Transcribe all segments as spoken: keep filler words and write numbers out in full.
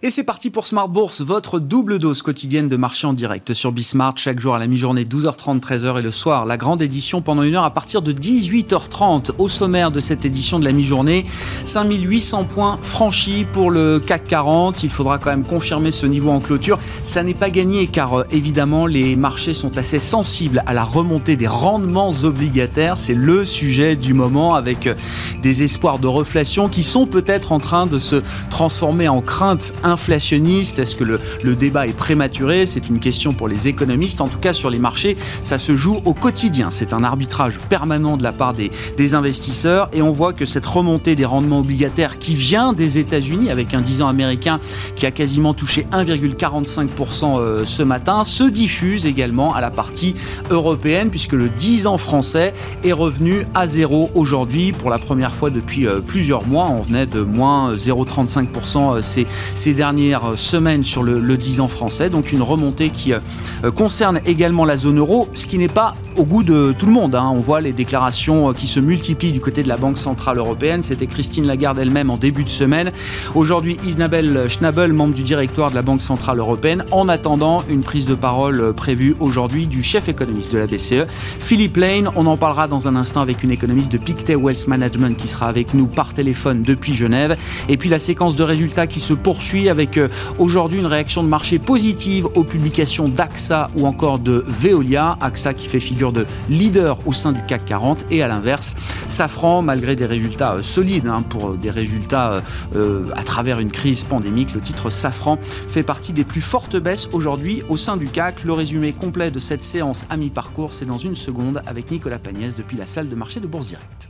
Et c'est parti pour Smart Bourse, votre double dose quotidienne de marché en direct sur Bismart, chaque jour à la mi-journée, douze heures trente, treize heures et le soir, la grande édition pendant une heure à partir de dix-huit heures trente. Au sommaire de cette édition de la mi-journée, cinq mille huit cents points franchis pour le C A C quarante. Il faudra quand même confirmer ce niveau en clôture. Ça n'est pas gagné car euh, évidemment les marchés sont assez sensibles à la remontée des rendements obligataires. C'est le sujet du moment avec euh, des espoirs de reflation qui sont peut-être en train de se transformer en crainte inflationniste. Est-ce que le, le débat est prématuré ? C'est une question pour les économistes. En tout cas, sur les marchés, ça se joue au quotidien. C'est un arbitrage permanent de la part des, des investisseurs et on voit que cette remontée des rendements obligataires qui vient des États-Unis avec un dix ans américain qui a quasiment touché un virgule quarante-cinq pour cent ce matin se diffuse également à la partie européenne puisque le dix ans français est revenu à zéro aujourd'hui pour la première fois depuis plusieurs mois. On venait de moins zéro virgule trente-cinq pour cent ces, ces dernières semaines sur le, le dix ans français. Donc une remontée qui euh, concerne également la zone euro, ce qui n'est pas au goût de tout le monde. Hein. On voit les déclarations qui se multiplient du côté de la Banque Centrale Européenne. C'était Christine Lagarde elle-même en début de semaine. Aujourd'hui, Isabelle Schnabel, membre du directoire de la Banque Centrale Européenne, en attendant une prise de parole prévue aujourd'hui du chef économiste de la B C E, Philippe Lane. On en parlera dans un instant avec une économiste de Pictet Wealth Management qui sera avec nous par téléphone depuis Genève. Et puis la séquence de résultats qui se poursuit avec euh, aujourd'hui une réaction de marché positive aux publications d'AXA ou encore de Veolia. AXA qui fait figure de leader au sein du C A C quarante et à l'inverse, Safran, malgré des résultats euh, solides hein, pour des résultats euh, à travers une crise pandémique, le titre Safran fait partie des plus fortes baisses aujourd'hui au sein du C A C. Le résumé complet de cette séance à mi-parcours, c'est dans une seconde avec Nicolas Pagnès depuis la salle de marché de Bourse Direct.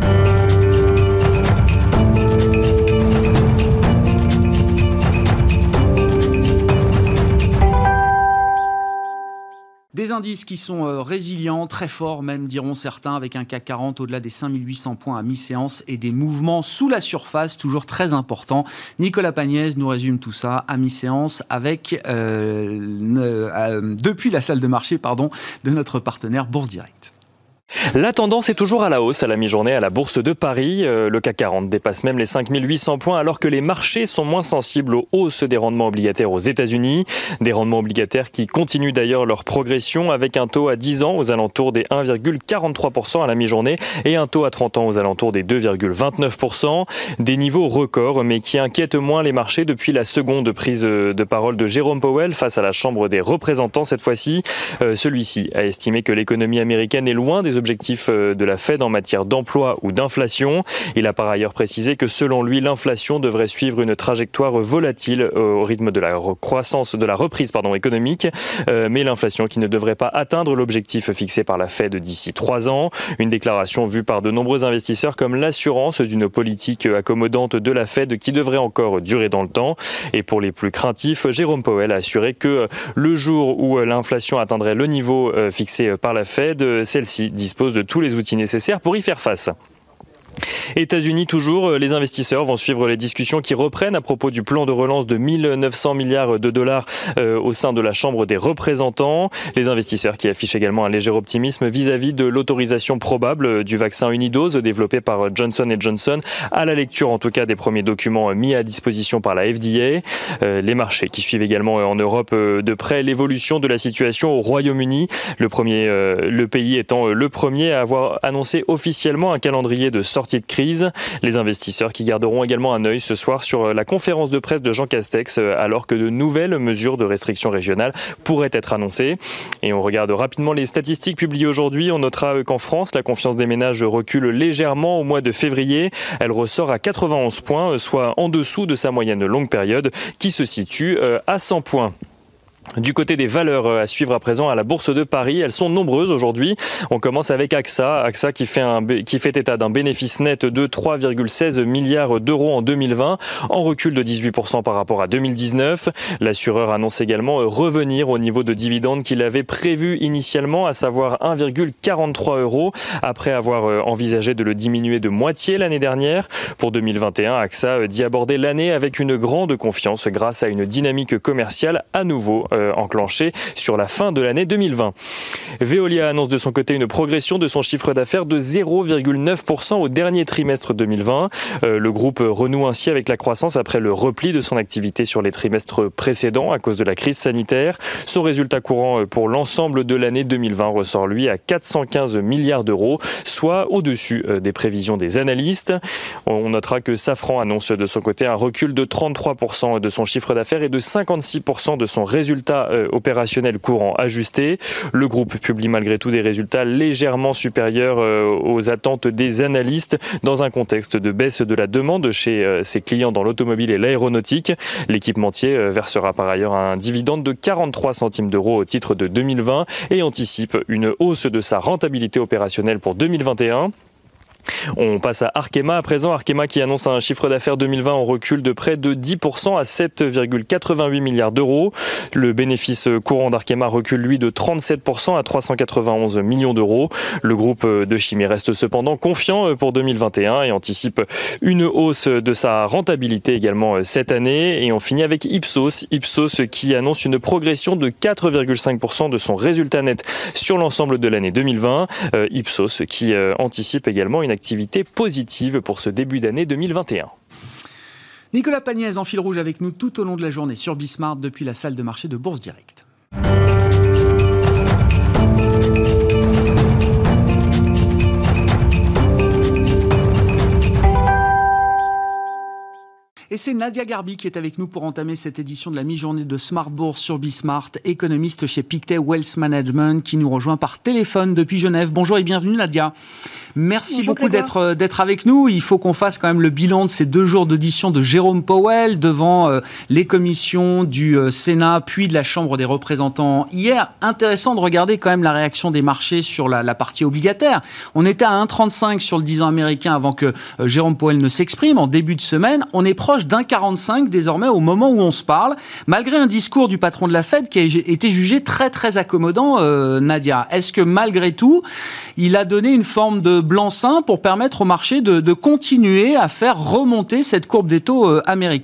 Des indices qui sont euh, résilients, très forts même diront certains, avec un C A C quarante au-delà des cinq mille huit cents points à mi-séance et des mouvements sous la surface toujours très importants. Nicolas Pagnès nous résume tout ça à mi-séance avec euh, euh, depuis la salle de marché pardon, de notre partenaire Bourse Direct. La tendance est toujours à la hausse à la mi-journée à la Bourse de Paris. Le C A C quarante dépasse même les cinq mille huit cents points alors que les marchés sont moins sensibles aux hausses des rendements obligataires aux États-Unis. Des rendements obligataires qui continuent d'ailleurs leur progression avec un taux à dix ans aux alentours des un virgule quarante-trois pour cent à la mi-journée et un taux à trente ans aux alentours des deux virgule vingt-neuf pour cent. Des niveaux records mais qui inquiètent moins les marchés depuis la seconde prise de parole de Jérôme Powell face à la Chambre des représentants cette fois-ci. Euh, celui-ci a estimé que l'économie américaine est loin des objectifs de la Fed en matière d'emploi ou d'inflation. Il a par ailleurs précisé que selon lui, l'inflation devrait suivre une trajectoire volatile au rythme de la croissance, de la reprise pardon, économique, euh, mais l'inflation qui ne devrait pas atteindre l'objectif fixé par la Fed d'ici trois ans. Une déclaration vue par de nombreux investisseurs comme l'assurance d'une politique accommodante de la Fed qui devrait encore durer dans le temps. Et pour les plus craintifs, Jérôme Powell a assuré que le jour où l'inflation atteindrait le niveau fixé par la Fed, celle-ci dispose de tous les outils nécessaires pour y faire face. États-Unis toujours, les investisseurs vont suivre les discussions qui reprennent à propos du plan de relance de mille neuf cents milliards de dollars euh, au sein de la Chambre des représentants. Les investisseurs qui affichent également un léger optimisme vis-à-vis de l'autorisation probable du vaccin unidose développé par Johnson and Johnson à la lecture en tout cas des premiers documents mis à disposition par la F D A. Euh, les marchés qui suivent également en Europe euh, de près l'évolution de la situation au Royaume-Uni, le, premier, euh, le pays étant le premier à avoir annoncé officiellement un calendrier de sortie de crise. Les investisseurs qui garderont également un œil ce soir sur la conférence de presse de Jean Castex alors que de nouvelles mesures de restriction régionale pourraient être annoncées. Et on regarde rapidement les statistiques publiées aujourd'hui. On notera qu'en France, la confiance des ménages recule légèrement au mois de février. Elle ressort à quatre-vingt-onze points, soit en dessous de sa moyenne longue période qui se situe à cent points. Du côté des valeurs à suivre à présent à la Bourse de Paris, elles sont nombreuses aujourd'hui. On commence avec AXA, AXA qui fait, un, qui fait état d'un bénéfice net de trois virgule seize milliards d'euros en deux mille vingt, en recul de dix-huit pour cent par rapport à deux mille dix-neuf. L'assureur annonce également revenir au niveau de dividende qu'il avait prévu initialement, à savoir un virgule quarante-trois euros, après avoir envisagé de le diminuer de moitié l'année dernière. Pour deux mille vingt et un, AXA dit aborder l'année avec une grande confiance grâce à une dynamique commerciale à nouveau euh, enclenché sur la fin de l'année deux mille vingt. Veolia annonce de son côté une progression de son chiffre d'affaires de zéro virgule neuf pour cent au dernier trimestre deux mille vingt. Euh, le groupe renoue ainsi avec la croissance après le repli de son activité sur les trimestres précédents à cause de la crise sanitaire. Son résultat courant pour l'ensemble de l'année deux mille vingt ressort lui à quatre cent quinze milliards d'euros, soit au-dessus des prévisions des analystes. On notera que Safran annonce de son côté un recul de trente-trois pour cent de son chiffre d'affaires et de cinquante-six pour cent de son résultat opérationnel courant ajusté. Le groupe publie malgré tout des résultats légèrement supérieurs aux attentes des analystes dans un contexte de baisse de la demande chez ses clients dans l'automobile et l'aéronautique. L'équipementier versera par ailleurs un dividende de quarante-trois centimes d'euros au titre de deux mille vingt et anticipe une hausse de sa rentabilité opérationnelle pour deux mille vingt et un. On passe à Arkema à présent. Arkema qui annonce un chiffre d'affaires deux mille vingt en recul de près de dix pour cent à sept virgule quatre-vingt-huit milliards d'euros. Le bénéfice courant d'Arkema recule lui de trente-sept pour cent à trois cent quatre-vingt-onze millions d'euros. Le groupe de chimie reste cependant confiant pour deux mille vingt et un et anticipe une hausse de sa rentabilité également cette année. Et on finit avec Ipsos. Ipsos qui annonce une progression de quatre virgule cinq pour cent de son résultat net sur l'ensemble de l'année deux mille vingt. Euh, Ipsos qui euh, anticipe également une activité positive pour ce début d'année deux mille vingt et un. Nicolas Pagnès en fil rouge avec nous tout au long de la journée sur Bismart depuis la salle de marché de Bourse Direct. Et c'est Nadia Garbi qui est avec nous pour entamer cette édition de la mi-journée de Smart Bourse sur Bismart, économiste chez Pictet Wealth Management, qui nous rejoint par téléphone depuis Genève. Bonjour et bienvenue Nadia. Merci Bonjour beaucoup d'être, d'être avec nous. Il faut qu'on fasse quand même le bilan de ces deux jours d'audition de Jérôme Powell devant euh, les commissions du euh, Sénat puis de la Chambre des représentants hier. Intéressant de regarder quand même la réaction des marchés sur la, la partie obligataire. On était à un virgule trente-cinq sur le dix ans américain avant que euh, Jérôme Powell ne s'exprime en début de semaine. On est proche d'un virgule quarante-cinq désormais au moment où on se parle, malgré un discours du patron de la Fed qui a été jugé très très accommodant, euh, Nadia. Est-ce que malgré tout, il a donné une forme de blanc-seing pour permettre au marché de, de continuer à faire remonter cette courbe des taux euh, américaine ?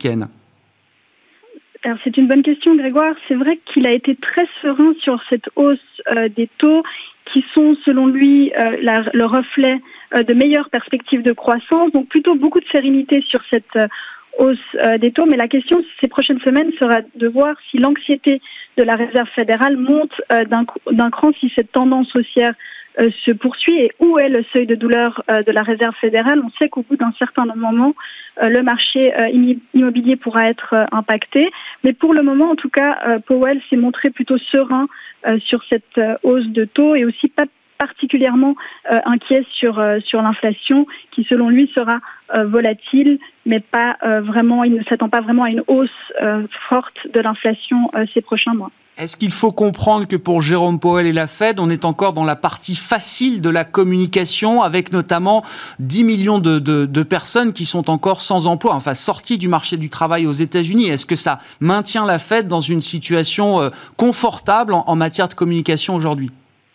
Alors c'est une bonne question Grégoire. C'est vrai qu'il a été très serein sur cette hausse euh, des taux qui sont selon lui euh, la, le reflet euh, de meilleures perspectives de croissance, donc plutôt beaucoup de sérénité sur cette euh, hausse euh, des taux, mais la question ces prochaines semaines sera de voir si l'anxiété de la Réserve fédérale monte euh, d'un, d'un cran, si cette tendance haussière euh, se poursuit et où est le seuil de douleur euh, de la Réserve fédérale. On sait qu'au bout d'un certain moment, euh, le marché euh, immobilier pourra être euh, impacté, mais pour le moment, en tout cas, euh, Powell s'est montré plutôt serein euh, sur cette euh, hausse de taux et aussi pas particulièrement euh, inquiet sur euh, sur l'inflation qui selon lui sera euh, volatile mais pas euh, vraiment, il ne s'attend pas vraiment à une hausse euh, forte de l'inflation euh, ces prochains mois. Est-ce qu'il faut comprendre que pour Jérôme Powell et la Fed, on est encore dans la partie facile de la communication avec notamment dix millions de, de, de personnes qui sont encore sans emploi, enfin sorties du marché du travail aux États-Unis? Est-ce que ça maintient la Fed dans une situation euh, confortable en, en matière de communication aujourd'hui?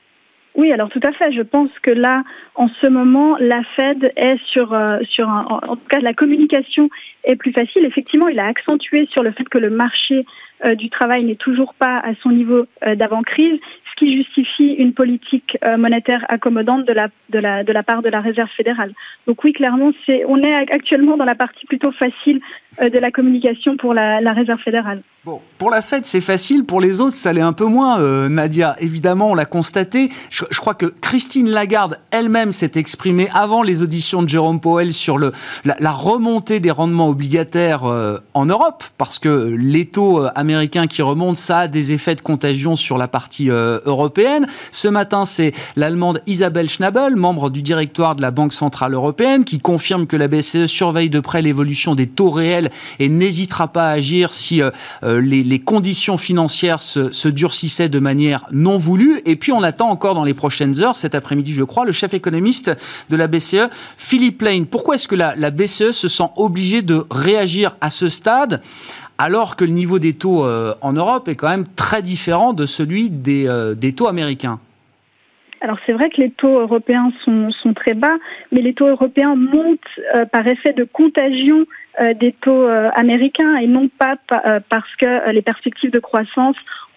Oui, alors tout à fait. Je pense que là, en ce moment, la Fed est sur euh, sur un, en tout cas la communication est plus facile. Effectivement, il a accentué sur le fait que le marché euh, du travail n'est toujours pas à son niveau euh, d'avant-crise, ce qui justifie une politique euh, monétaire accommodante de la de la de la part de la Réserve fédérale. Donc oui, clairement, c'est on est actuellement dans la partie plutôt facile euh, de la communication pour la, la Réserve fédérale. Bon, pour la Fed, c'est facile. Pour les autres, ça l'est un peu moins, euh, Nadia. Évidemment, on l'a constaté. Je, je crois que Christine Lagarde elle-même s'est exprimée avant les auditions de Jérôme Powell sur le, la, la remontée des rendements obligataires euh, en Europe, parce que les taux euh, américains qui remontent, ça a des effets de contagion sur la partie euh, européenne. Ce matin, c'est l'Allemande Isabelle Schnabel, membre du directoire de la Banque Centrale Européenne, qui confirme que la B C E surveille de près l'évolution des taux réels et n'hésitera pas à agir si euh, Les, les conditions financières se, se durcissaient de manière non voulue. Et puis, on attend encore dans les prochaines heures, cet après-midi, je crois, le chef économiste de la B C E, Philippe Lane. Pourquoi est-ce que la, la B C E se sent obligée de réagir à ce stade, alors que le niveau des taux euh, en Europe est quand même très différent de celui des, euh, des taux américains? Alors c'est vrai que les taux européens sont, sont très bas, mais les taux européens montent euh, par effet de contagion euh, des taux euh, américains et non pas pa- euh, parce que euh, les perspectives de croissance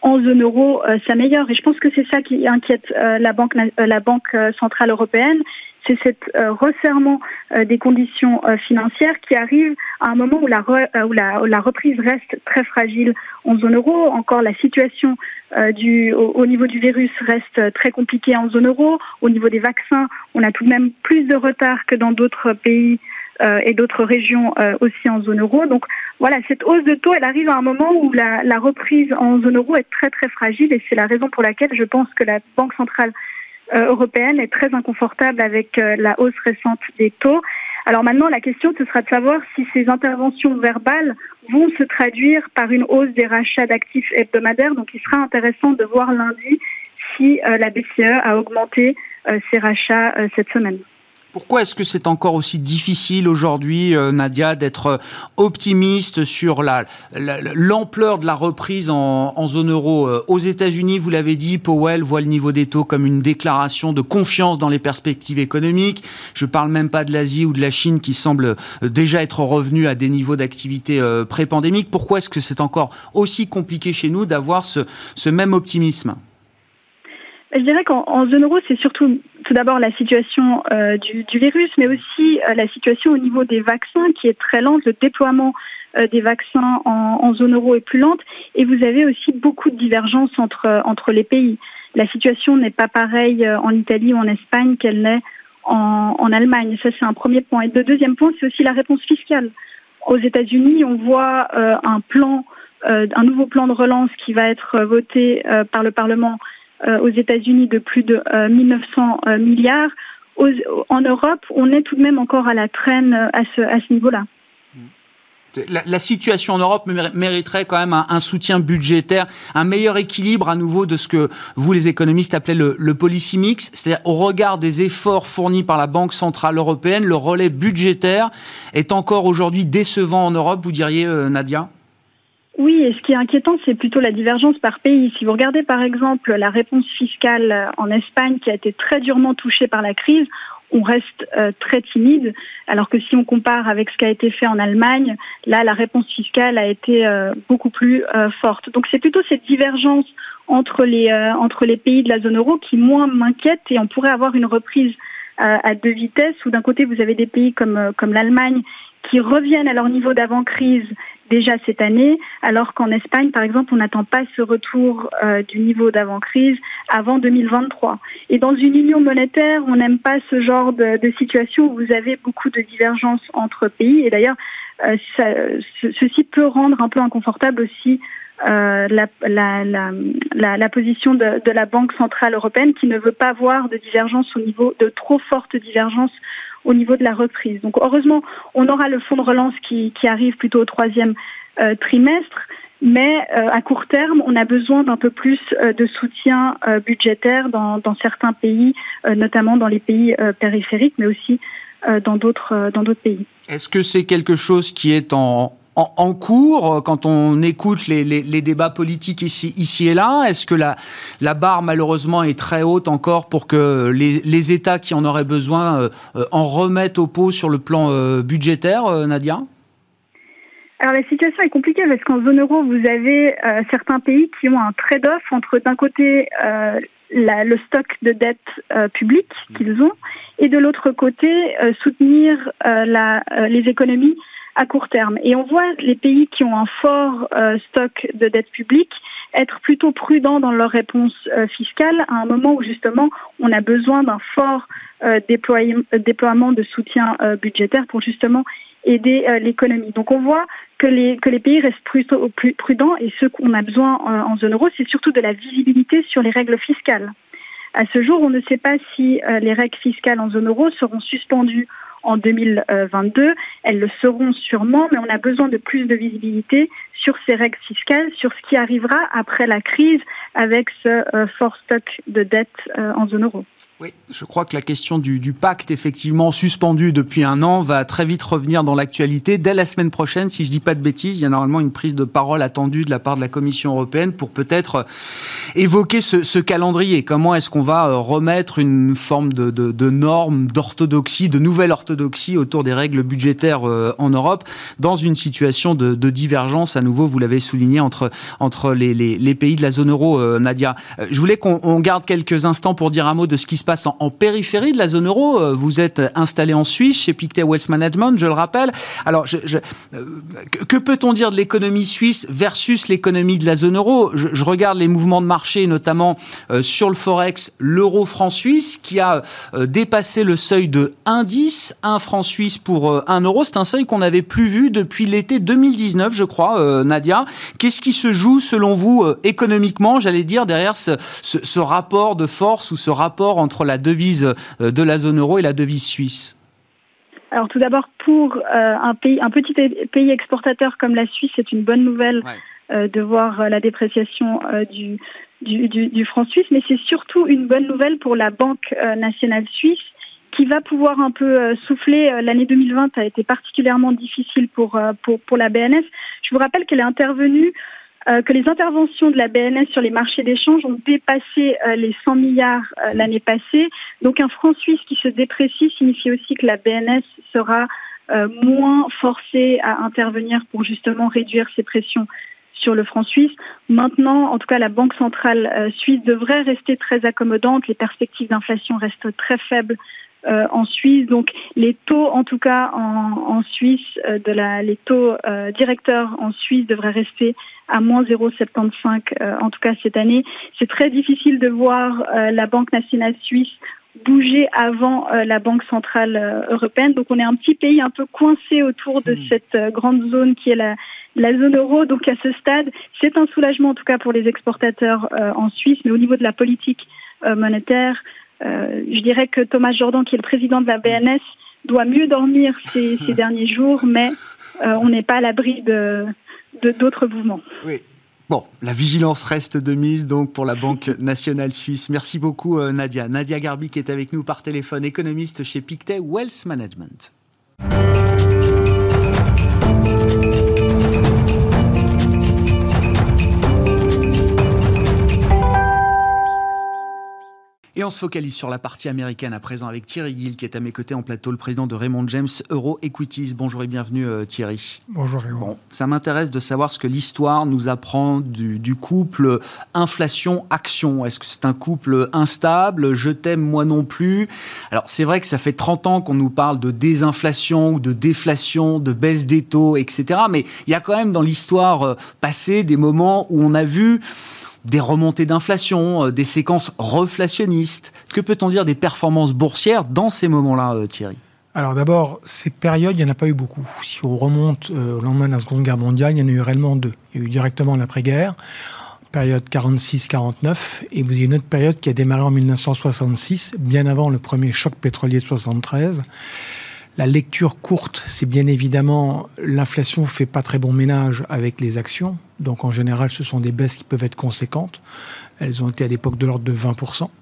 en zone euro euh, s'améliore. Et je pense que c'est ça qui inquiète euh, la Banque, euh, la Banque centrale européenne. C'est cet euh, resserrement euh, des conditions euh, financières qui arrive à un moment où la, re, euh, où, la, où la reprise reste très fragile en zone euro. Encore, la situation euh, du, au, au niveau du virus reste très compliquée en zone euro. Au niveau des vaccins, on a tout de même plus de retard que dans d'autres pays euh, et d'autres régions euh, aussi en zone euro. Donc voilà, cette hausse de taux, elle arrive à un moment où la, la reprise en zone euro est très très fragile et c'est la raison pour laquelle je pense que la Banque centrale Euh, européenne est très inconfortable avec euh, la hausse récente des taux. Alors maintenant, la question, ce sera de savoir si ces interventions verbales vont se traduire par une hausse des rachats d'actifs hebdomadaires. Donc il sera intéressant de voir lundi si euh, la B C E a augmenté euh, ses rachats euh, cette semaine. Pourquoi est-ce que c'est encore aussi difficile aujourd'hui, euh, Nadia, d'être optimiste sur la, la, l'ampleur de la reprise en, en zone euro? euh, Aux États-Unis, vous l'avez dit, Powell voit le niveau des taux comme une déclaration de confiance dans les perspectives économiques. Je ne parle même pas de l'Asie ou de la Chine qui semblent déjà être revenus à des niveaux d'activité euh, pré-pandémique. Pourquoi est-ce que c'est encore aussi compliqué chez nous d'avoir ce, ce même optimisme? Je dirais qu'en en zone euro, c'est surtout tout d'abord la situation euh, du, du virus, mais aussi euh, la situation au niveau des vaccins qui est très lente. Le déploiement euh, des vaccins en, en zone euro est plus lente. Et vous avez aussi beaucoup de divergences entre, entre les pays. La situation n'est pas pareille en Italie ou en Espagne qu'elle n'est en, en Allemagne. Ça, c'est un premier point. Et le deuxième point, c'est aussi la réponse fiscale. Aux États-Unis, on voit euh, un plan, euh, un nouveau plan de relance qui va être voté euh, par le Parlement aux États-Unis de plus de euh, mille neuf cents euh, milliards. Aux, en Europe, on est tout de même encore à la traîne à ce, à ce niveau-là. La, la situation en Europe mériterait quand même un, un soutien budgétaire, un meilleur équilibre à nouveau de ce que vous, les économistes, appelez le, le policy mix, c'est-à-dire au regard des efforts fournis par la Banque centrale européenne, le relais budgétaire est encore aujourd'hui décevant en Europe, vous diriez, euh, Nadia ? Oui, et ce qui est inquiétant, c'est plutôt la divergence par pays. Si vous regardez par exemple la réponse fiscale en Espagne qui a été très durement touchée par la crise, on reste euh, très timide, alors que si on compare avec ce qui a été fait en Allemagne, là la réponse fiscale a été euh, beaucoup plus euh, forte. Donc c'est plutôt cette divergence entre les, euh, entre les pays de la zone euro qui moins m'inquiète et on pourrait avoir une reprise euh, à deux vitesses où d'un côté vous avez des pays comme, euh, comme l'Allemagne qui reviennent à leur niveau d'avant-crise déjà cette année, alors qu'en Espagne, par exemple, on n'attend pas ce retour euh, du niveau d'avant-crise avant deux mille vingt-trois. Et dans une union monétaire, on n'aime pas ce genre de, de situation où vous avez beaucoup de divergences entre pays. Et d'ailleurs, euh, ça, ce, ceci peut rendre un peu inconfortable aussi euh, la, la, la, la, la position de, de la Banque centrale européenne qui ne veut pas voir de divergence au niveau, de trop fortes divergences au niveau de la reprise. Donc heureusement, on aura le fonds de relance qui, qui arrive plutôt au troisième euh, trimestre, mais euh, à court terme, on a besoin d'un peu plus euh, de soutien euh, budgétaire dans, dans certains pays, euh, notamment dans les pays euh, périphériques, mais aussi euh, dans d'autres euh, dans d'autres pays. Est-ce que c'est quelque chose qui est en En, en cours, quand on écoute les, les, les débats politiques ici, ici et là? Est-ce que la, la barre, malheureusement, est très haute encore pour que les, les États qui en auraient besoin euh, en remettent au pot sur le plan euh, budgétaire, euh, Nadia? Alors la situation est compliquée parce qu'en zone euro, vous avez euh, certains pays qui ont un trade-off entre d'un côté euh, la, le stock de dette euh, publique qu'ils ont et de l'autre côté euh, soutenir euh, la, euh, les économies à court terme. Et on voit les pays qui ont un fort euh, stock de dette publique être plutôt prudents dans leur réponse euh, fiscale à un moment où justement on a besoin d'un fort euh, déploiement, déploiement de soutien euh, budgétaire pour justement aider euh, l'économie. Donc on voit que les, que les pays restent plutôt plus prudents et ce qu'on a besoin euh, en zone euro, c'est surtout de la visibilité sur les règles fiscales. À ce jour, on ne sait pas si euh, les règles fiscales en zone euro seront suspendues en deux mille vingt-deux. Elles le seront sûrement, mais on a besoin de plus de visibilité sur ces règles fiscales, sur ce qui arrivera après la crise avec ce euh, fort stock de dette euh, en zone euro. Oui, je crois que la question du, du pacte, effectivement, suspendu depuis un an, va très vite revenir dans l'actualité. Dès la semaine prochaine, si je ne dis pas de bêtises, il y a normalement une prise de parole attendue de la part de la Commission européenne pour peut-être évoquer ce, ce calendrier. Comment est-ce qu'on va remettre une forme de, de, de normes, d'orthodoxie, de nouvelle orthodoxie autour des règles budgétaires en Europe, dans une situation de, de divergence, à nouveau, vous l'avez souligné, entre, entre les, les, les pays de la zone euro, Nadia. Je voulais qu'on on garde quelques instants pour dire un mot de ce qui se passe en, en périphérie de la zone euro. Vous êtes installé en Suisse chez Pictet Wealth Management, je le rappelle. Alors, je, je, euh, que, que peut-on dire de l'économie suisse versus l'économie de la zone euro ? je, je regarde les mouvements de marché, notamment euh, sur le Forex, l'euro-franc suisse, qui a euh, dépassé le seuil de un virgule dix, un franc suisse pour euh, un euro. C'est un seuil qu'on n'avait plus vu depuis l'été deux mille dix-neuf, je crois, euh, Nadia. Qu'est-ce qui se joue, selon vous, euh, économiquement, j'allais dire, derrière ce, ce, ce rapport de force ou ce rapport entre la devise de la zone euro et la devise suisse? Alors tout d'abord, pour euh, un pays, un petit pays exportateur comme la Suisse, c'est une bonne nouvelle ouais. euh, de voir euh, la dépréciation euh, du, du, du, du franc suisse, mais c'est surtout une bonne nouvelle pour la Banque euh, nationale suisse qui va pouvoir un peu euh, souffler. L'année deux mille vingt a été particulièrement difficile pour, euh, pour, pour la B N S. Je vous rappelle qu'elle est intervenue Euh, que les interventions de la B N S sur les marchés d'échange ont dépassé euh, les cent milliards euh, l'année passée. Donc un franc suisse qui se déprécie signifie aussi que la B N S sera euh, moins forcée à intervenir pour justement réduire ses pressions sur le franc suisse. Maintenant, en tout cas, la Banque centrale euh, suisse devrait rester très accommodante. Les perspectives d'inflation restent très faibles Euh, en Suisse, donc les taux, en tout cas en, en Suisse, euh, de la, les taux euh, directeurs en Suisse devraient rester à moins zéro virgule soixante-quinze euh, en tout cas cette année. C'est très difficile de voir euh, la Banque nationale suisse bouger avant euh, la Banque centrale euh, européenne. Donc on est un petit pays un peu coincé autour de mmh. cette euh, grande zone qui est la, la zone euro. Donc à ce stade, c'est un soulagement en tout cas pour les exportateurs euh, en Suisse, mais au niveau de la politique euh, monétaire, Euh, je dirais que Thomas Jordan, qui est le président de la B N S, doit mieux dormir ces, ces derniers jours, mais euh, on n'est pas à l'abri de, de, d'autres mouvements. Oui. Bon, la vigilance reste de mise donc pour la Banque nationale suisse. Merci beaucoup euh, Nadia. Nadia Garbi qui est avec nous par téléphone, économiste chez Pictet Wealth Management. Et on se focalise sur la partie américaine à présent avec Thierry Gill qui est à mes côtés en plateau, le président de Raymond James Euro Equities. Bonjour et bienvenue euh, Thierry. Bonjour Raymond. Bon, ça m'intéresse de savoir ce que l'histoire nous apprend du, du couple inflation-action. Est-ce que c'est un couple instable ? Je t'aime, moi non plus. Alors c'est vrai que ça fait trente ans qu'on nous parle de désinflation ou de déflation, de baisse des taux, et cetera. Mais il y a quand même dans l'histoire passée des moments où on a vu des remontées d'inflation, des séquences reflationnistes. Que peut-on dire des performances boursières dans ces moments-là, Thierry ? Alors d'abord, ces périodes, il n'y en a pas eu beaucoup. Si on remonte euh, au lendemain de la Seconde Guerre mondiale, il y en a eu réellement deux. Il y a eu directement l'après-guerre, période quarante-six quarante-neuf, et vous avez une autre période qui a démarré en mille neuf cent soixante-six, bien avant le premier choc pétrolier de soixante-treize. La lecture courte, c'est bien évidemment l'inflation ne fait pas très bon ménage avec les actions. Donc en général, ce sont des baisses qui peuvent être conséquentes. Elles ont été à l'époque de l'ordre de vingt pour cent.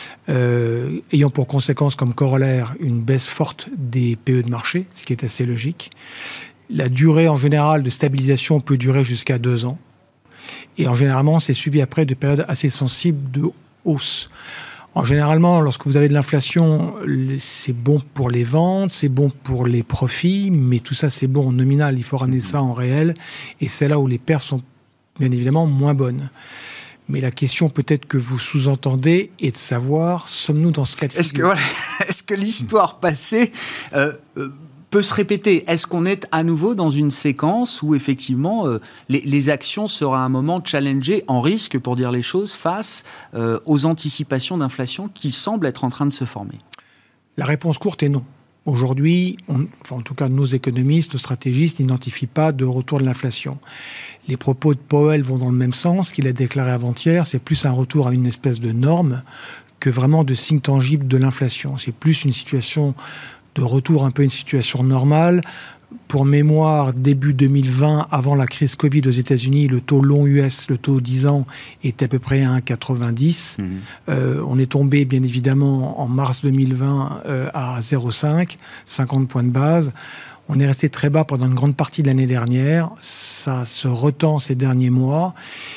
Euh, ayant pour conséquence comme corollaire une baisse forte des P E de marché, ce qui est assez logique. La durée en général de stabilisation peut durer jusqu'à deux ans. Et en généralement, c'est suivi après de périodes assez sensibles de hausse. En généralement, lorsque vous avez de l'inflation, c'est bon pour les ventes, c'est bon pour les profits, mais tout ça, c'est bon en nominal. Il faut ramener ça en réel, et c'est là où les pertes sont bien évidemment moins bonnes. Mais la question peut-être que vous sous-entendez est de savoir, sommes-nous dans ce cas de figure ? Est-ce que, voilà, est-ce que l'histoire passée euh, euh, peut se répéter ? Est-ce qu'on est à nouveau dans une séquence où effectivement euh, les, les actions seraient à un moment challengées, en risque pour dire les choses, face euh, aux anticipations d'inflation qui semblent être en train de se former ? La réponse courte est non. Aujourd'hui, on, enfin en tout cas nos économistes, nos stratégistes n'identifient pas de retour de l'inflation. Les propos de Powell vont dans le même sens qu'il a déclaré avant-hier, c'est plus un retour à une espèce de norme que vraiment de signe tangible de l'inflation. C'est plus une situation de retour un peu à une situation normale. Pour mémoire, début deux mille vingt, avant la crise Covid aux États-Unis, le taux long U S, le taux dix ans, était à peu près à un virgule quatre-vingt-dix. Mmh. Euh, on est tombé, bien évidemment, en mars deux mille vingt euh, à zéro virgule cinq, cinquante points de base. On est resté très bas pendant une grande partie de l'année dernière. Ça se retend ces derniers mois.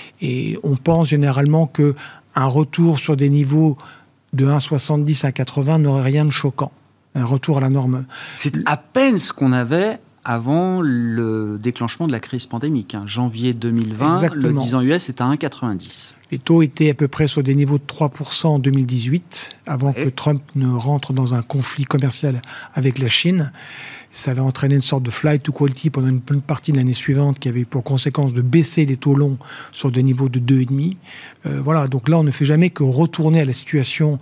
Et on pense généralement qu'un retour sur des niveaux de un virgule soixante-dix à quatre-vingts n'aurait rien de choquant. Un retour à la norme. C'est à peine ce qu'on avait avant le déclenchement de la crise pandémique. Hein. Janvier deux mille vingt, exactement. Le dix ans U S est à un virgule quatre-vingt-dix. Les taux étaient à peu près sur des niveaux de trois pour cent en deux mille dix-huit, avant ouais. que Trump ne rentre dans un conflit commercial avec la Chine. Ça avait entraîné une sorte de flight to quality pendant une bonne partie de l'année suivante qui avait pour conséquence de baisser les taux longs sur des niveaux de deux virgule cinq. Euh, voilà, donc là, on ne fait jamais que retourner à la situation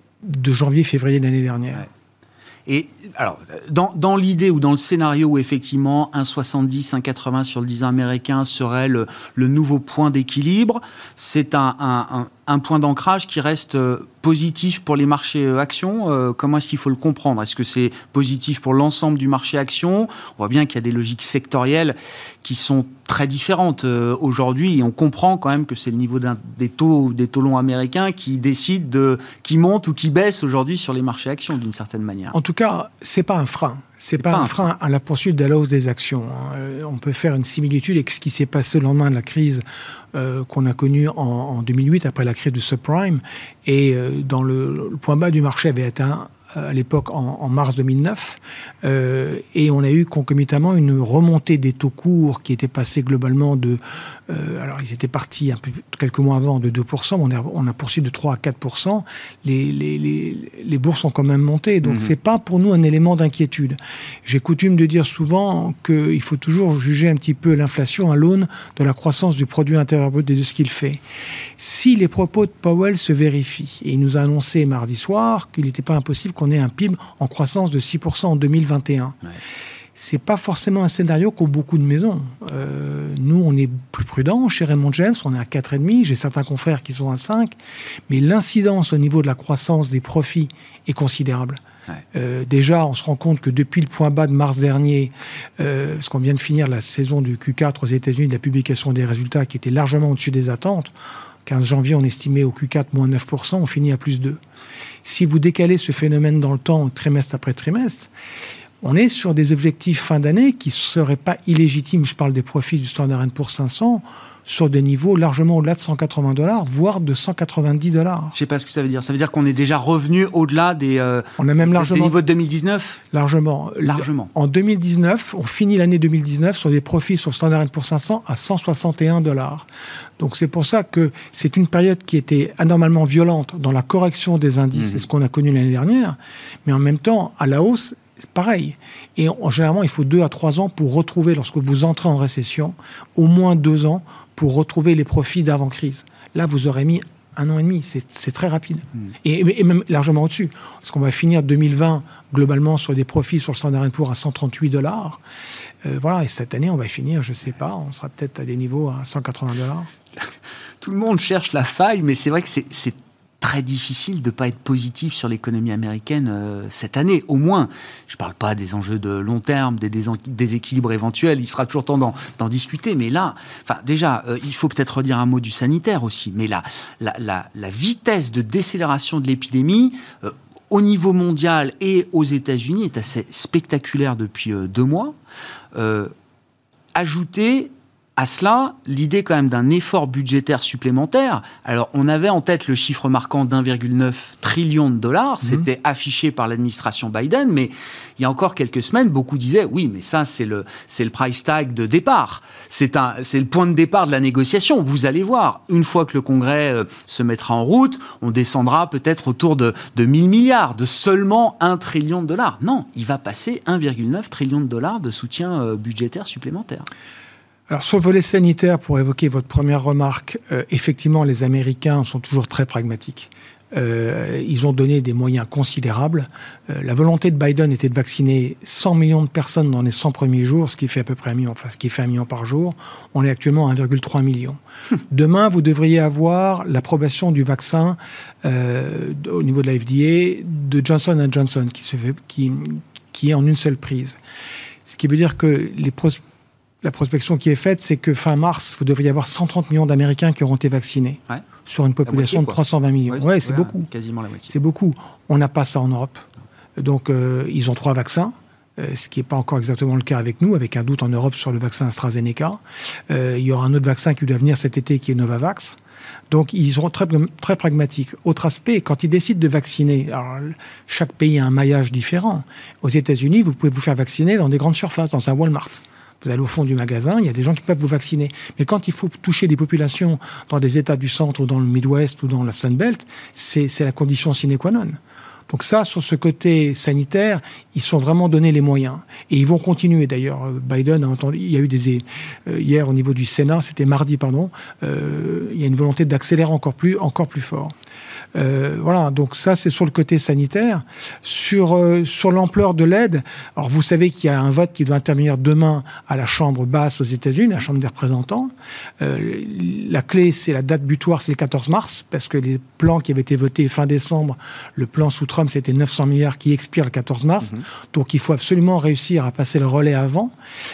de janvier-février de l'année dernière. Ouais. Et alors, dans, dans l'idée ou dans le scénario où effectivement un virgule soixante-dix, un virgule quatre-vingts sur le dix ans américain serait le, le nouveau point d'équilibre, c'est un, un, un, un point d'ancrage qui reste positif pour les marchés actions. Euh, comment est-ce qu'il faut le comprendre ? Est-ce que c'est positif pour l'ensemble du marché actions ? On voit bien qu'il y a des logiques sectorielles qui sont très différentes euh, aujourd'hui et on comprend quand même que c'est le niveau d'un, des taux des taux longs américains qui décide de qui monte ou qui baisse aujourd'hui sur les marchés actions d'une certaine manière. En tout cas, c'est pas un frein. C'est, c'est pas, pas un frein à la poursuite de la hausse des actions. On peut faire une similitude avec ce qui s'est passé au lendemain de la crise euh, qu'on a connue en, en deux mille huit, après la crise du subprime. Et euh, dans le, le point bas du marché avait atteint à l'époque en, en mars deux mille neuf, euh, et on a eu concomitamment une remontée des taux courts qui étaient passés globalement de... Euh, alors, ils étaient partis un peu, quelques mois avant de deux pour cent, mais on a, on a poursuivi de trois à quatre pour cent. Les, les, les, les bourses ont quand même monté, donc mmh. c'est pas pour nous un élément d'inquiétude. J'ai coutume de dire souvent qu'il faut toujours juger un petit peu l'inflation à l'aune de la croissance du produit intérieur brut et de ce qu'il fait. Si les propos de Powell se vérifient, et il nous a annoncé mardi soir qu'il n'était pas impossible qu'on ait un P I B en croissance de six pour cent en deux mille vingt et un. Ouais. C'est pas forcément un scénario qu'ont beaucoup de maisons. Euh, nous, on est plus prudents. Chez Raymond James, on est à quatre virgule cinq. J'ai certains confrères qui sont à cinq. Mais l'incidence au niveau de la croissance des profits est considérable. Ouais. Euh, déjà, on se rend compte que depuis le point bas de mars dernier, euh, parce qu'on vient de finir la saison du Q quatre aux États-Unis, de la publication des résultats qui étaient largement au-dessus des attentes. quinze janvier, on estimait au Q quatre moins neuf pour cent, on finit à plus deux. Si vous décalez ce phénomène dans le temps, trimestre après trimestre, on est sur des objectifs fin d'année qui ne seraient pas illégitimes. Je parle des profits du Standard and Poor's cinq cents, sur des niveaux largement au-delà de cent quatre-vingts dollars, voire de cent quatre-vingt-dix dollars. Je ne sais pas ce que ça veut dire. Ça veut dire qu'on est déjà revenu au-delà des, euh, on a même largement, des niveaux de deux mille dix-neuf ? Largement. Largement. En deux mille dix-neuf, on finit l'année deux mille dix-neuf sur des profits sur Standard and Poor's cinq cents à cent soixante et un dollars. Donc c'est pour ça que c'est une période qui était anormalement violente dans la correction des indices, mmh. c'est ce qu'on a connu l'année dernière, mais en même temps, à la hausse, c'est pareil. Et on, généralement, il faut deux à trois ans pour retrouver, lorsque vous entrez en récession, au moins deux ans pour retrouver les profits d'avant-crise. Là, vous aurez mis un an et demi, c'est, c'est très rapide. Mmh. Et, et même largement au-dessus. Parce qu'on va finir deux mille vingt, globalement, sur des profits sur le Standard and Poor's à cent trente-huit dollars. Euh, voilà, et cette année, on va finir, je ne sais pas, on sera peut-être à des niveaux à cent quatre-vingts dollars. Tout le monde cherche la faille, mais c'est vrai que c'est... c'est... très difficile de ne pas être positif sur l'économie américaine euh, cette année, au moins. Je ne parle pas des enjeux de long terme, des déséquilibres éventuels, il sera toujours temps d'en, d'en discuter, mais là, déjà, euh, il faut peut-être redire un mot du sanitaire aussi, mais là, la, la, la vitesse de décélération de l'épidémie, euh, au niveau mondial et aux États-Unis, est assez spectaculaire depuis euh, deux mois. Euh, ajouter à cela, l'idée quand même d'un effort budgétaire supplémentaire. Alors, on avait en tête le chiffre marquant d'un virgule neuf trillion de dollars. Mmh. C'était affiché par l'administration Biden, mais il y a encore quelques semaines, beaucoup disaient « Oui, mais ça, c'est le, c'est le price tag de départ. C'est, un, c'est le point de départ de la négociation. Vous allez voir, une fois que le Congrès euh, se mettra en route, on descendra peut-être autour de, de mille milliards, de seulement un trillion de dollars. » Non, il va passer un virgule neuf trillion de dollars de soutien euh, budgétaire supplémentaire. Alors, sur le volet sanitaire, pour évoquer votre première remarque, euh, effectivement, les Américains sont toujours très pragmatiques. Euh, ils ont donné des moyens considérables. Euh, la volonté de Biden était de vacciner cent millions de personnes dans les cent premiers jours, ce qui fait à peu près un million, enfin, ce qui fait un million par jour. On est actuellement à un virgule trois million. Demain, vous devriez avoir l'approbation du vaccin euh, au niveau de la F D A de Johnson and Johnson, qui se fait, qui qui est en une seule prise. Ce qui veut dire que les pros- la prospection qui est faite, c'est que fin mars, vous devriez avoir cent trente millions d'Américains qui auront été vaccinés ouais. sur une population moitié, de trois cent vingt millions. Oui, ouais, c'est, c'est beaucoup. Quasiment la moitié. C'est beaucoup. On n'a pas ça en Europe. Donc, euh, ils ont trois vaccins. Ce qui n'est pas encore exactement le cas avec nous, avec un doute en Europe sur le vaccin AstraZeneca. Euh, il y aura un autre vaccin qui doit venir cet été, qui est Novavax. Donc, ils seront très, très pragmatiques. Autre aspect, quand ils décident de vacciner, alors, chaque pays a un maillage différent. Aux États-Unis, vous pouvez vous faire vacciner dans des grandes surfaces, dans un Walmart. Vous allez au fond du magasin, il y a des gens qui peuvent vous vacciner. Mais quand il faut toucher des populations dans des États du centre ou dans le Midwest ou dans la Sunbelt, c'est, c'est la condition sine qua non. Donc ça, sur ce côté sanitaire, ils sont vraiment donnés les moyens. Et ils vont continuer. D'ailleurs, Biden a entendu, il y a eu des... Euh, hier, au niveau du Sénat, c'était mardi, pardon, euh, il y a une volonté d'accélérer encore plus, encore plus fort. Euh, voilà, donc ça, c'est sur le côté sanitaire. Sur, euh, sur l'ampleur de l'aide, alors vous savez qu'il y a un vote qui doit intervenir demain à la Chambre basse aux États-Unis, la Chambre des représentants. Euh, la clé, c'est la date butoir, c'est le quatorze mars, parce que les plans qui avaient été votés fin décembre, le plan sous Trump, c'était neuf cents milliards qui expire le quatorze mars. Mmh. Donc, il faut absolument réussir à passer le relais avant.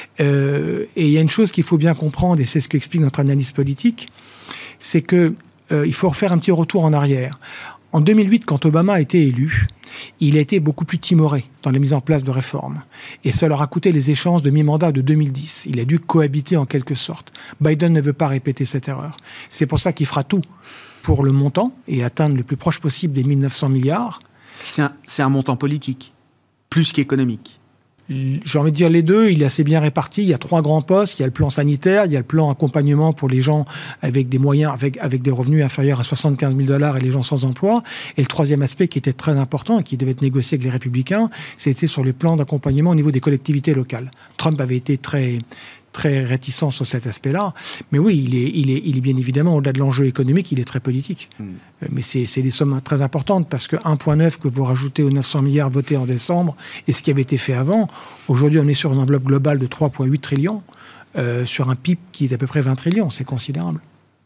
Euh, et il y a une chose qu'il faut bien comprendre, et c'est ce qu'explique notre analyse politique, c'est que Euh, il faut refaire un petit retour en arrière. En deux mille huit, quand Obama a été élu, il a été beaucoup plus timoré dans la mise en place de réformes. Et ça leur a coûté les échéances de mi-mandat de deux mille dix. Il a dû cohabiter en quelque sorte. Biden ne veut pas répéter cette erreur. C'est pour ça qu'il fera tout pour le montant et atteindre le plus proche possible des mille neuf cents milliards. C'est un, c'est un montant politique, plus qu'économique. J'ai envie de dire les deux, il est assez bien réparti. Il y a trois grands postes. Il y a le plan sanitaire, il y a le plan accompagnement pour les gens avec des moyens, avec, avec des revenus inférieurs à soixante-quinze mille dollars et les gens sans emploi. Et le troisième aspect qui était très important et qui devait être négocié avec les Républicains, c'était sur le plan d'accompagnement au niveau des collectivités locales. Trump avait été très... très réticent sur cet aspect-là. Mais oui, il est, il est, il est bien évidemment, au-delà de l'enjeu économique, il est très politique. Mmh. Mais c'est, c'est des sommes très importantes, parce que un virgule neuf que vous rajoutez aux neuf cents milliards votés en décembre, et ce qui avait été fait avant, aujourd'hui on est sur une enveloppe globale de trois virgule huit trillions, euh, sur un P I B qui est à peu près vingt trillions, c'est considérable.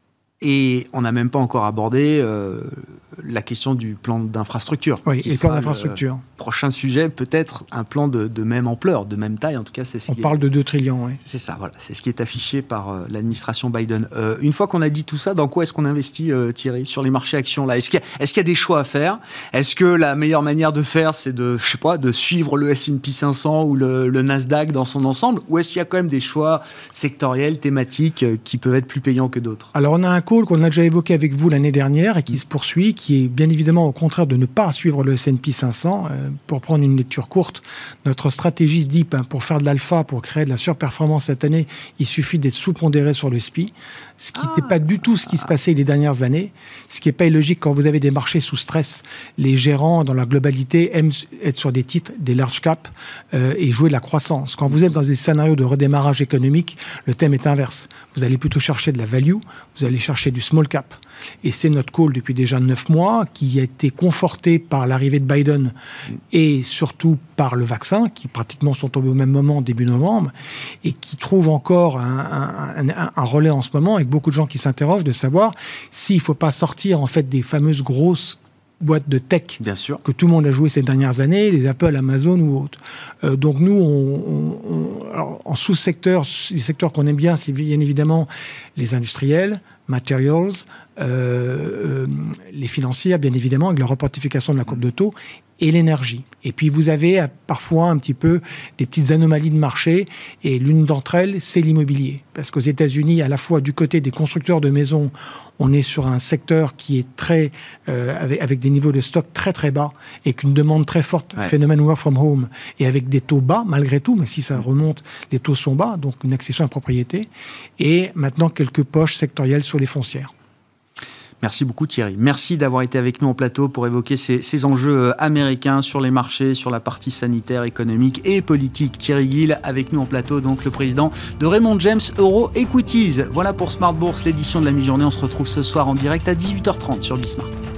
Et on n'a même pas encore abordé euh, la question du plan d'infrastructure. Oui, et le plan d'infrastructure. Prochain sujet, peut-être un plan de, de même ampleur, de même taille. En tout cas, c'est ce on qui parle est, de deux trillions, oui. C'est ça, voilà. C'est ce qui est affiché par euh, l'administration Biden. Euh, une fois qu'on a dit tout ça, dans quoi est-ce qu'on investit, euh, Thierry, sur les marchés actions là ? Est-ce qu'il y a, est-ce qu'il y a des choix à faire ? Est-ce que la meilleure manière de faire, c'est de, je sais pas, de suivre le S and P cinq cents ou le, le Nasdaq dans son ensemble ? Ou est-ce qu'il y a quand même des choix sectoriels, thématiques, euh, qui peuvent être plus payants que d'autres ? Alors, on a un call qu'on a déjà évoqué avec vous l'année dernière et qui se poursuit, qui est bien évidemment au contraire de ne pas suivre le S and P cinq cents. Euh, pour prendre une lecture courte, notre stratégie se dit, hein, pour faire de l'alpha, pour créer de la surperformance cette année, il suffit d'être sous-pondéré sur le S P I, ce qui n'était ah. pas du tout ce qui se passait les dernières années, ce qui n'est pas illogique quand vous avez des marchés sous stress. Les gérants, dans la globalité, aiment être sur des titres, des large caps, euh, et jouer de la croissance. Quand vous êtes dans des scénarios de redémarrage économique, le thème est inverse. Vous allez plutôt chercher de la value, vous allez chercher du small cap. Et c'est notre call depuis déjà neuf mois, qui a été conforté par l'arrivée de Biden et surtout par le vaccin, qui pratiquement sont tombés au même moment, début novembre, et qui trouve encore un, un, un, un relais en ce moment, avec beaucoup de gens qui s'interrogent de savoir s'il ne faut pas sortir en fait des fameuses grosses boîtes de tech bien sûr. Que tout le monde a joué ces dernières années, les Apple, Amazon ou autres. Euh, donc nous, on, on, on, alors, en sous-secteur, les secteurs qu'on aime bien, c'est bien évidemment les industriels, materials, euh, euh, les financières, bien évidemment, avec la reportification de la courbe de taux, et l'énergie. Et puis vous avez parfois un petit peu des petites anomalies de marché, et l'une d'entre elles, c'est l'immobilier. Parce qu'aux États-Unis, à la fois du côté des constructeurs de maisons, on est sur un secteur qui est très, euh, avec, avec des niveaux de stock très très bas, et qu'une demande très forte, ouais. Phénomène work from home, et avec des taux bas, malgré tout, mais si ça remonte, les taux sont bas, donc une accession à la propriété, et maintenant quelques poches sectorielles sur les foncières. Merci beaucoup Thierry. Merci d'avoir été avec nous en plateau pour évoquer ces, ces enjeux américains sur les marchés, sur la partie sanitaire, économique et politique. Thierry Gill avec nous en plateau, donc le président de Raymond James Euro Equities. Voilà pour Smart Bourse, l'édition de la mi-journée. On se retrouve ce soir en direct à dix-huit heures trente sur Bismart.